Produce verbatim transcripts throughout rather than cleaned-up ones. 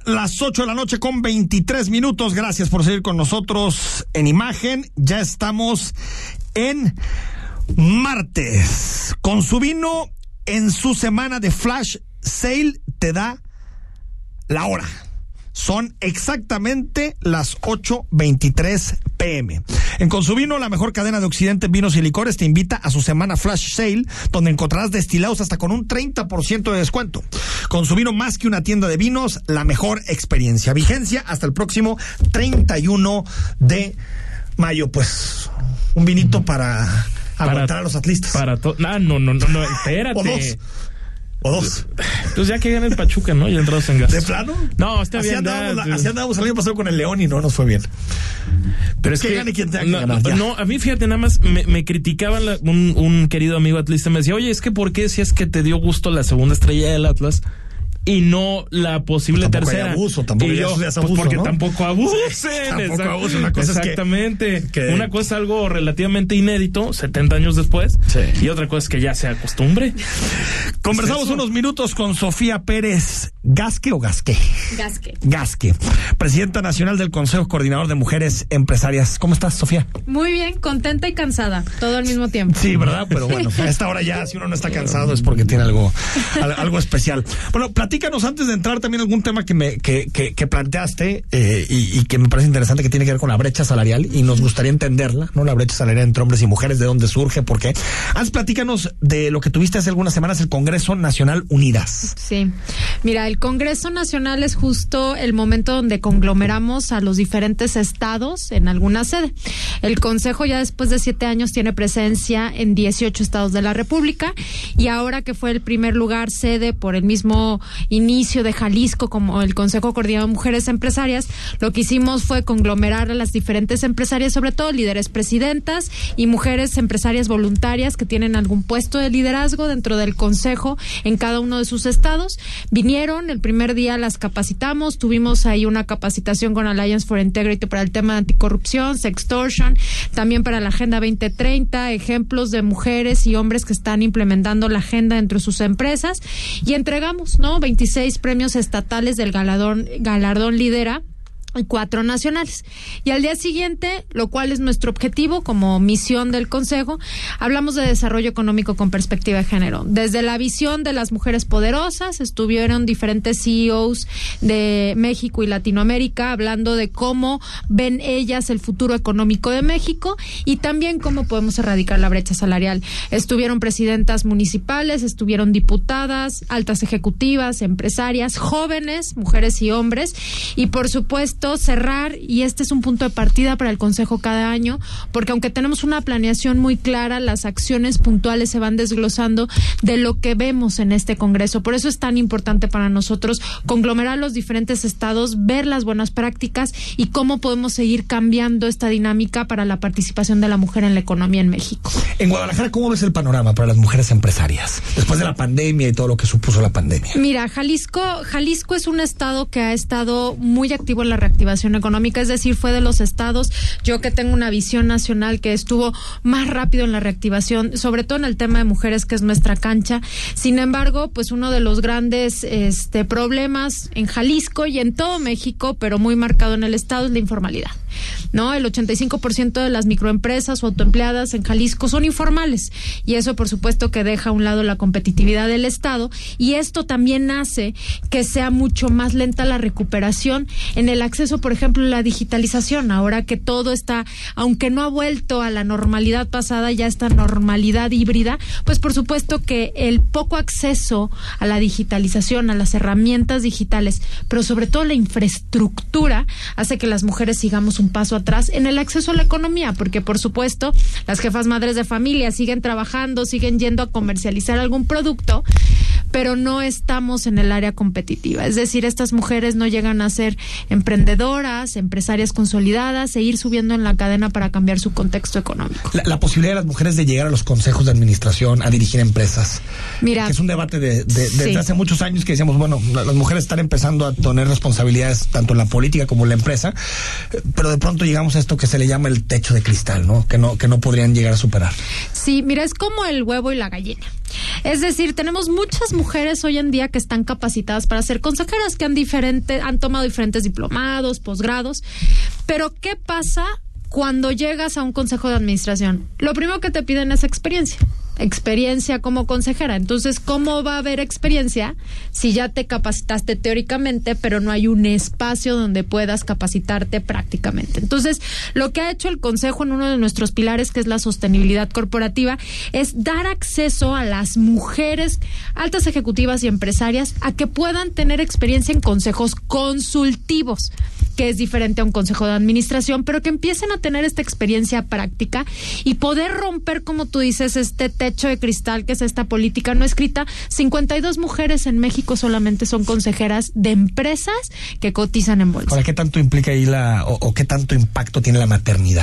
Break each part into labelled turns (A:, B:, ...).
A: las ocho de la noche con veintitrés minutos. Gracias por seguir con nosotros en Imagen. Ya estamos en martes. Consubino en su semana de flash sale te da la hora. Son exactamente las ocho veintitrés pm. En Consubino, la mejor cadena de Occidente en vinos y licores, te invita a su semana flash sale, donde encontrarás destilados hasta con un treinta por ciento de descuento. Consubino, más que una tienda de vinos, la mejor experiencia. Vigencia hasta el próximo treinta y uno de mayo. Pues un vinito para, para aguantar a los atlistas.
B: Para to- ah, no, no, no, no, espérate.
A: O dos. O dos.
B: Pues ya que gana el Pachuca, ¿no? Ya entrados en gas.
A: ¿De plano?
B: No, está
A: así
B: bien.
A: Andábamos,
B: da,
A: así andábamos el año pasado con el León y no nos fue bien.
B: Pero es
A: que,
B: que
A: gane quien tenga que
B: no,
A: ganar, ya.
B: no, a mí fíjate, nada más me, me criticaban la, un, un querido amigo atlista, me decía, oye, es que ¿por qué si es que te dio gusto la segunda estrella del Atlas y no la posible
A: pues tampoco
B: tercera?
A: Hay abuso, tampoco
B: y yo,
A: ya es abuso,
B: pues porque
A: ¿no?
B: tampoco abusen.
A: Sí, tampoco abuso, una cosa
B: exactamente.
A: Es que, que...
B: Una cosa es algo relativamente inédito, setenta años después,
A: sí.
B: Y otra cosa es que ya sea costumbre.
A: Conversamos
B: ¿Es
A: unos minutos con Sofía Pérez Gasque o Gasque.
C: Gasque.
A: Gasque, presidenta nacional del Consejo Coordinador de Mujeres Empresarias. ¿Cómo estás, Sofía?
C: Muy bien, contenta y cansada, todo al mismo tiempo.
A: Sí, ¿verdad? Pero bueno, a esta hora ya, si uno no está cansado es porque tiene algo, algo especial. Bueno, platícanos antes de entrar también algún tema que me que, que, que planteaste eh, y, y que me parece interesante, que tiene que ver con la brecha salarial y nos gustaría entenderla, ¿no? La brecha salarial entre hombres y mujeres, de dónde surge, por qué. Antes platícanos de lo que tuviste hace algunas semanas, el Congreso Nacional Unidas.
C: Sí, mira, el Congreso Nacional es justo el momento donde conglomeramos a los diferentes estados en alguna sede. El Consejo ya después de siete años tiene presencia en dieciocho estados de la República y ahora que fue el primer lugar sede por el mismo inicio de Jalisco como el Consejo Coordinador de Mujeres Empresarias, lo que hicimos fue conglomerar a las diferentes empresarias, sobre todo líderes presidentas y mujeres empresarias voluntarias que tienen algún puesto de liderazgo dentro del Consejo en cada uno de sus estados. Vinieron, el primer día las capacitamos, tuvimos ahí una capacitación con Alliance for Integrity para el tema de anticorrupción, sextortion, también para la Agenda veinte treinta, ejemplos de mujeres y hombres que están implementando la agenda dentro de sus empresas y entregamos, ¿no? veintiséis premios estatales del galardón, galardón Lidera y cuatro nacionales. Y al día siguiente, lo cual es nuestro objetivo como misión del Consejo, hablamos de desarrollo económico con perspectiva de género. Desde la visión de las mujeres poderosas, estuvieron diferentes C E Os de México y Latinoamérica hablando de cómo ven ellas el futuro económico de México y también cómo podemos erradicar la brecha salarial. Estuvieron presidentas municipales, estuvieron diputadas, altas ejecutivas, empresarias, jóvenes, mujeres y hombres, y por supuesto cerrar, y este es un punto de partida para el Consejo cada año, porque aunque tenemos una planeación muy clara, las acciones puntuales se van desglosando de lo que vemos en este Congreso. Por eso es tan importante para nosotros conglomerar los diferentes estados, ver las buenas prácticas y cómo podemos seguir cambiando esta dinámica para la participación de la mujer en la economía en México.
A: En Guadalajara, ¿cómo ves el panorama para las mujeres empresarias después de la pandemia y todo lo que supuso la pandemia?
C: Mira, Jalisco, Jalisco es un estado que ha estado muy activo en la reactivación económica, es decir, fue de los estados, yo que tengo una visión nacional, que estuvo más rápido en la reactivación, sobre todo en el tema de mujeres, que es nuestra cancha. Sin embargo, pues uno de los grandes este, problemas en Jalisco y en todo México, pero muy marcado en el estado, es la informalidad, ¿no? El ochenta y cinco por ciento de las microempresas o autoempleadas en Jalisco son informales y eso, por supuesto, que deja a un lado la competitividad del estado, y esto también hace que sea mucho más lenta la recuperación en el acceso, por ejemplo, a la digitalización. Ahora que todo está, aunque no ha vuelto a la normalidad pasada, ya esta normalidad híbrida, pues por supuesto que el poco acceso a la digitalización, a las herramientas digitales, pero sobre todo la infraestructura, hace que las mujeres sigamos un paso atrás en el acceso a la economía, porque por supuesto las jefas madres de familia siguen trabajando, siguen yendo a comercializar algún producto, pero no estamos en el área competitiva. Es decir, estas mujeres no llegan a ser emprendedoras, empresarias consolidadas, e ir subiendo en la cadena para cambiar su contexto económico.
A: La, la posibilidad de las mujeres de llegar a los consejos de administración, a dirigir empresas. Mira, que es un debate de, de, desde sí. hace muchos años que decíamos, bueno, las mujeres están empezando a tener responsabilidades tanto en la política como en la empresa, pero de pronto llegamos a esto que se le llama el techo de cristal, ¿no? Que no, que no podrían llegar a superar.
C: Sí, mira, es como el huevo y la gallina. Es decir, tenemos muchas mujeres hoy en día que están capacitadas para ser consejeras, que han diferente, han tomado diferentes diplomados, posgrados. Pero ¿qué pasa cuando llegas a un consejo de administración? Lo primero que te piden es experiencia. Experiencia como consejera. Entonces, ¿cómo va a haber experiencia si ya te capacitaste teóricamente, pero no hay un espacio donde puedas capacitarte prácticamente? Entonces, lo que ha hecho el Consejo en uno de nuestros pilares, que es la sostenibilidad corporativa, es dar acceso a las mujeres altas ejecutivas y empresarias a que puedan tener experiencia en consejos consultivos, que es diferente a un consejo de administración, pero que empiecen a tener esta experiencia práctica y poder romper, como tú dices, este techo de cristal que es esta política no escrita. cincuenta y dos mujeres en México solamente son consejeras de empresas que cotizan en bolsa.
A: Ahora, ¿qué tanto implica ahí la, o, o qué tanto impacto tiene la maternidad?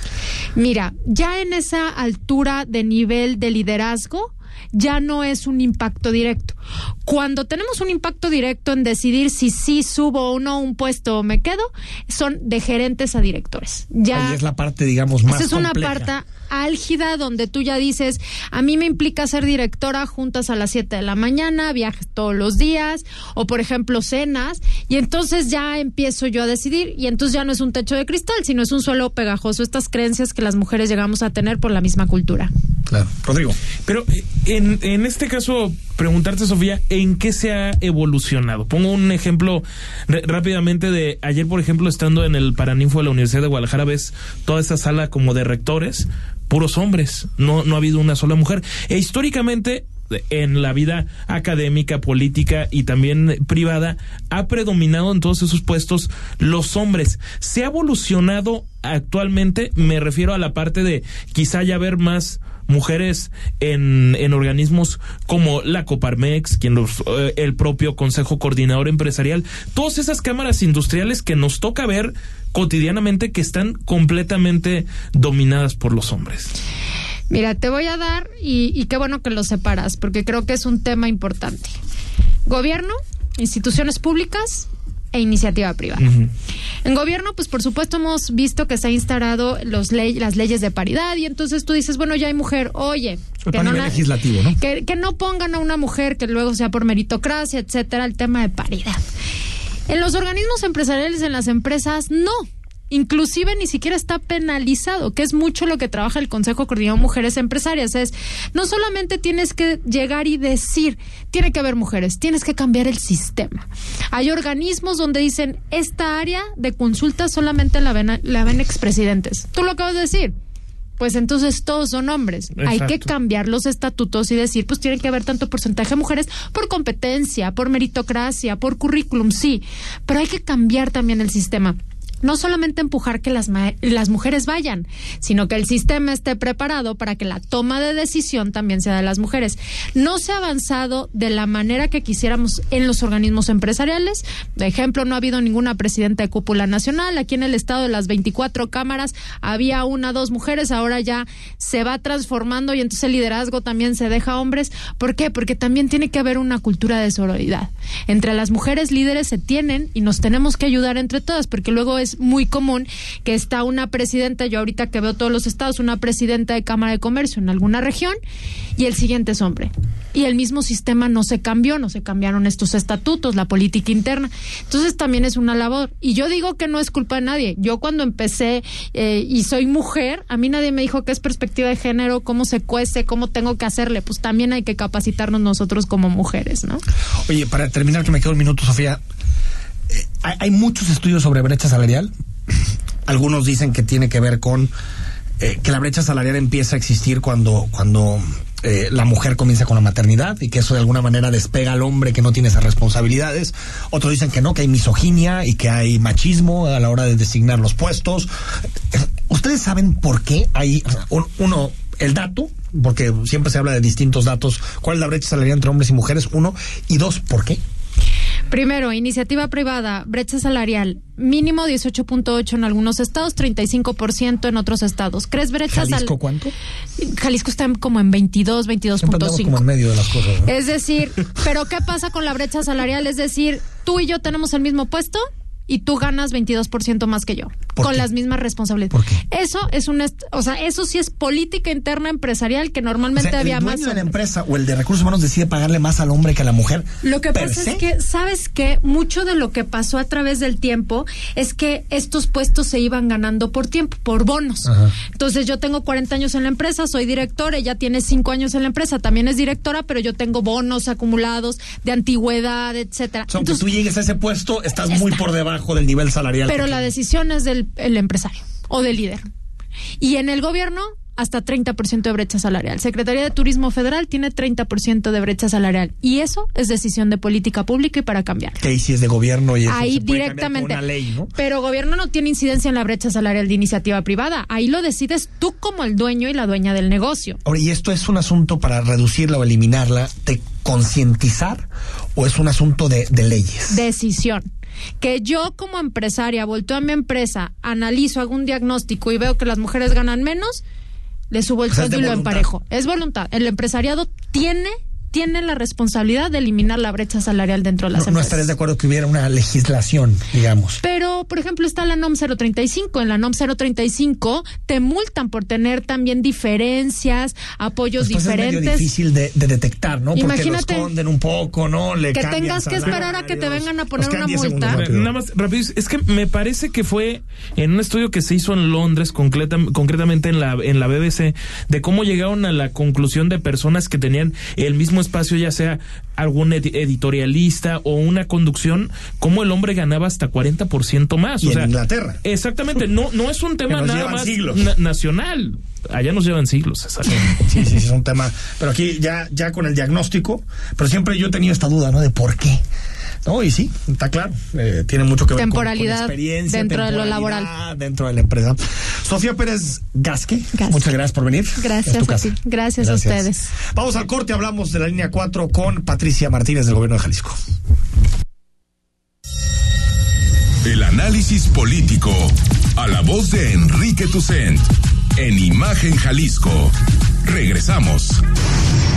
C: Mira, ya en esa altura de nivel de liderazgo, ya no es un impacto directo. Cuando tenemos un impacto directo en decidir si sí subo o no un puesto o me quedo, son de gerentes a directores. Ya
A: ahí es la parte, digamos, más
C: esa es
A: compleja.
C: Una parte álgida donde tú ya dices, a mí me implica ser directora, juntas a las siete de la mañana, viajes todos los días, o por ejemplo cenas, y entonces ya empiezo yo a decidir, y entonces ya no es un techo de cristal, sino es un suelo pegajoso, estas creencias que las mujeres llegamos a tener por la misma cultura.
A: Claro. Rodrigo.
B: Pero en, en este caso, preguntarte, Sofía, ¿en qué se ha evolucionado? Pongo un ejemplo r- rápidamente de ayer, por ejemplo, estando en el Paraninfo de la Universidad de Guadalajara, ves toda esa sala como de rectores, puros hombres, no, no ha habido una sola mujer. E históricamente, en la vida académica, política y también privada, ha predominado en todos esos puestos los hombres. ¿Se ha evolucionado actualmente? Me refiero a la parte de quizá ya ver más mujeres en, en organismos como la Coparmex, quien los, eh, el propio Consejo Coordinador Empresarial, todas esas cámaras industriales que nos toca ver cotidianamente que están completamente dominadas por los hombres.
C: Mira, te voy a dar, y, y qué bueno que lo separas, porque creo que es un tema importante. Gobierno, instituciones públicas e iniciativa privada. Uh-huh. En gobierno, pues por supuesto hemos visto que se ha instaurado los ley, las leyes de paridad, y entonces tú dices, bueno, ya hay mujer, oye,
A: el
C: que no, na-
A: legislativo, ¿no?
C: Que, que no pongan a una mujer que luego sea por meritocracia, etcétera, el tema de paridad. En los organismos empresariales, en las empresas, no. Inclusive ni siquiera está penalizado, que es mucho lo que trabaja el Consejo Coordinador Mujeres Empresarias. Es, no solamente tienes que llegar y decir, tiene que haber mujeres, tienes que cambiar el sistema. Hay organismos donde dicen, esta área de consulta solamente la ven, la ven expresidentes. Tú lo acabas de decir. Pues entonces todos son hombres. Exacto. Hay que cambiar los estatutos y decir, pues tiene que haber tanto porcentaje de mujeres por competencia, por meritocracia, por currículum, sí. Pero hay que cambiar también el sistema. No solamente empujar que las, ma- las mujeres vayan, sino que el sistema esté preparado para que la toma de decisión también sea de las mujeres. No se ha avanzado de la manera que quisiéramos en los organismos empresariales. De ejemplo, no ha habido ninguna presidenta de cúpula nacional. Aquí en el estado de las veinticuatro cámaras había una, dos mujeres, ahora ya se va transformando y entonces el liderazgo también se deja a hombres. ¿Por qué? Porque también tiene que haber una cultura de sororidad. Entre las mujeres líderes se tienen y nos tenemos que ayudar entre todas, porque luego es muy común que está una presidenta, yo ahorita que veo todos los estados, una presidenta de Cámara de Comercio en alguna región y el siguiente es hombre. Y el mismo sistema no se cambió, no se cambiaron estos estatutos, la política interna. Entonces también es una labor. Y yo digo que no es culpa de nadie. Yo cuando empecé eh, y soy mujer, a mí nadie me dijo qué es perspectiva de género, cómo se cuece, cómo tengo que hacerle. Pues también hay que capacitarnos nosotros como mujeres, ¿no?
A: Oye, para terminar, que me queda un minuto, Sofía. Eh, hay, hay muchos estudios sobre brecha salarial. Algunos dicen que tiene que ver con eh, que la brecha salarial empieza a existir cuando, cuando eh, la mujer comienza con la maternidad y que eso de alguna manera despega al hombre que no tiene esas responsabilidades. Otros dicen que no, que hay misoginia y que hay machismo a la hora de designar los puestos. ¿Ustedes saben por qué hay, uno, el dato, porque siempre se habla de distintos datos, cuál es la brecha salarial entre hombres y mujeres, uno, y dos, ¿por qué?
C: Primero, iniciativa privada, brecha salarial, mínimo dieciocho punto ocho en algunos estados, treinta y cinco por ciento en otros estados. ¿Crees brecha salarial?
A: ¿Jalisco cuánto?
C: Jalisco está como en veintidós, veintidós punto cinco.
A: Como en medio de las cosas, ¿no?
C: Es decir, ¿pero qué pasa con la brecha salarial? Es decir, tú y yo tenemos el mismo puesto y tú ganas veintidós por ciento más que yo. con las mismas responsabilidades.
A: ¿Por qué?
C: Eso es una, o sea, eso sí es política interna empresarial que normalmente
A: o sea,
C: había
A: el
C: más.
A: dueño de la empresa o el de recursos humanos decide pagarle más al hombre que a la mujer.
C: Lo que pasa
A: ¿se?
C: es que, ¿sabes qué? Mucho de lo que pasó a través del tiempo es que estos puestos se iban ganando por tiempo, por bonos. Ajá. Entonces yo tengo cuarenta años en la empresa, soy directora, ella tiene cinco años en la empresa, también es directora, pero yo tengo bonos acumulados de antigüedad, etcétera.
A: O sea, aunque tú llegues a ese puesto, estás está. muy por debajo del nivel salarial.
C: Pero la decisión es del el empresario o del líder. Y en el gobierno, hasta treinta por ciento de brecha salarial. Secretaría de Turismo Federal tiene treinta por ciento de brecha salarial. Y eso es decisión de política pública y para cambiar.
A: Que ahí sí es de gobierno y eso
C: ahí
A: se puede
C: directamente.
A: Con una ley, ¿no?
C: Pero gobierno no tiene incidencia en la brecha salarial de iniciativa privada. Ahí lo decides tú como el dueño y la dueña del negocio.
A: Ahora, ¿y esto es un asunto para reducirla o eliminarla, de concientizar o es un asunto de, de leyes?
C: Decisión. Que yo como empresaria volteo a mi empresa, analizo, hago un diagnóstico y veo que las mujeres ganan menos, le subo el sueldo y lo emparejo. Es voluntad. El empresariado tiene tiene la responsabilidad de eliminar la brecha salarial dentro de las
A: no,
C: empresas.
A: No estarías de acuerdo que hubiera una legislación, digamos.
C: Pero, por ejemplo, está la NOM cero treinta y cinco. En la NOM cero treinta y cinco te multan por tener también diferencias, apoyos
A: Después
C: diferentes.
A: Es medio difícil de, de detectar, ¿no? Porque
C: Imagínate
A: lo esconden un poco, ¿no? Le
C: que tengas que esperar a que te vengan a poner una multa.
B: Nada más, rápido, es que me parece que fue en un estudio que se hizo en Londres, concreta, concretamente en la, en la B B C, de cómo llegaron a la conclusión de personas que tenían el mismo espacio, ya sea algún ed editorialista o una conducción, cómo el hombre ganaba hasta cuarenta por ciento más.
A: Y
B: o
A: en
B: sea,
A: Inglaterra.
B: Exactamente, no, no es un tema nada más
A: na
B: nacional. Allá nos llevan siglos.
A: Sí, sí, sí, es un tema. Pero aquí ya, ya con el diagnóstico, pero siempre yo he tenido esta duda, ¿no? De por qué. No, y sí, está claro, eh, tiene mucho que ver
C: temporalidad
A: con, con experiencia,
C: dentro de lo laboral,
A: dentro de la empresa. Sofía Pérez Gasque, Gasque. muchas gracias por venir.
C: Gracias a ti, gracias, gracias a ustedes.
A: Vamos al corte, hablamos de la línea cuatro con Patricia Martínez del Gobierno de Jalisco.
D: El análisis político a la voz de Enrique Tucent en Imagen Jalisco. Regresamos.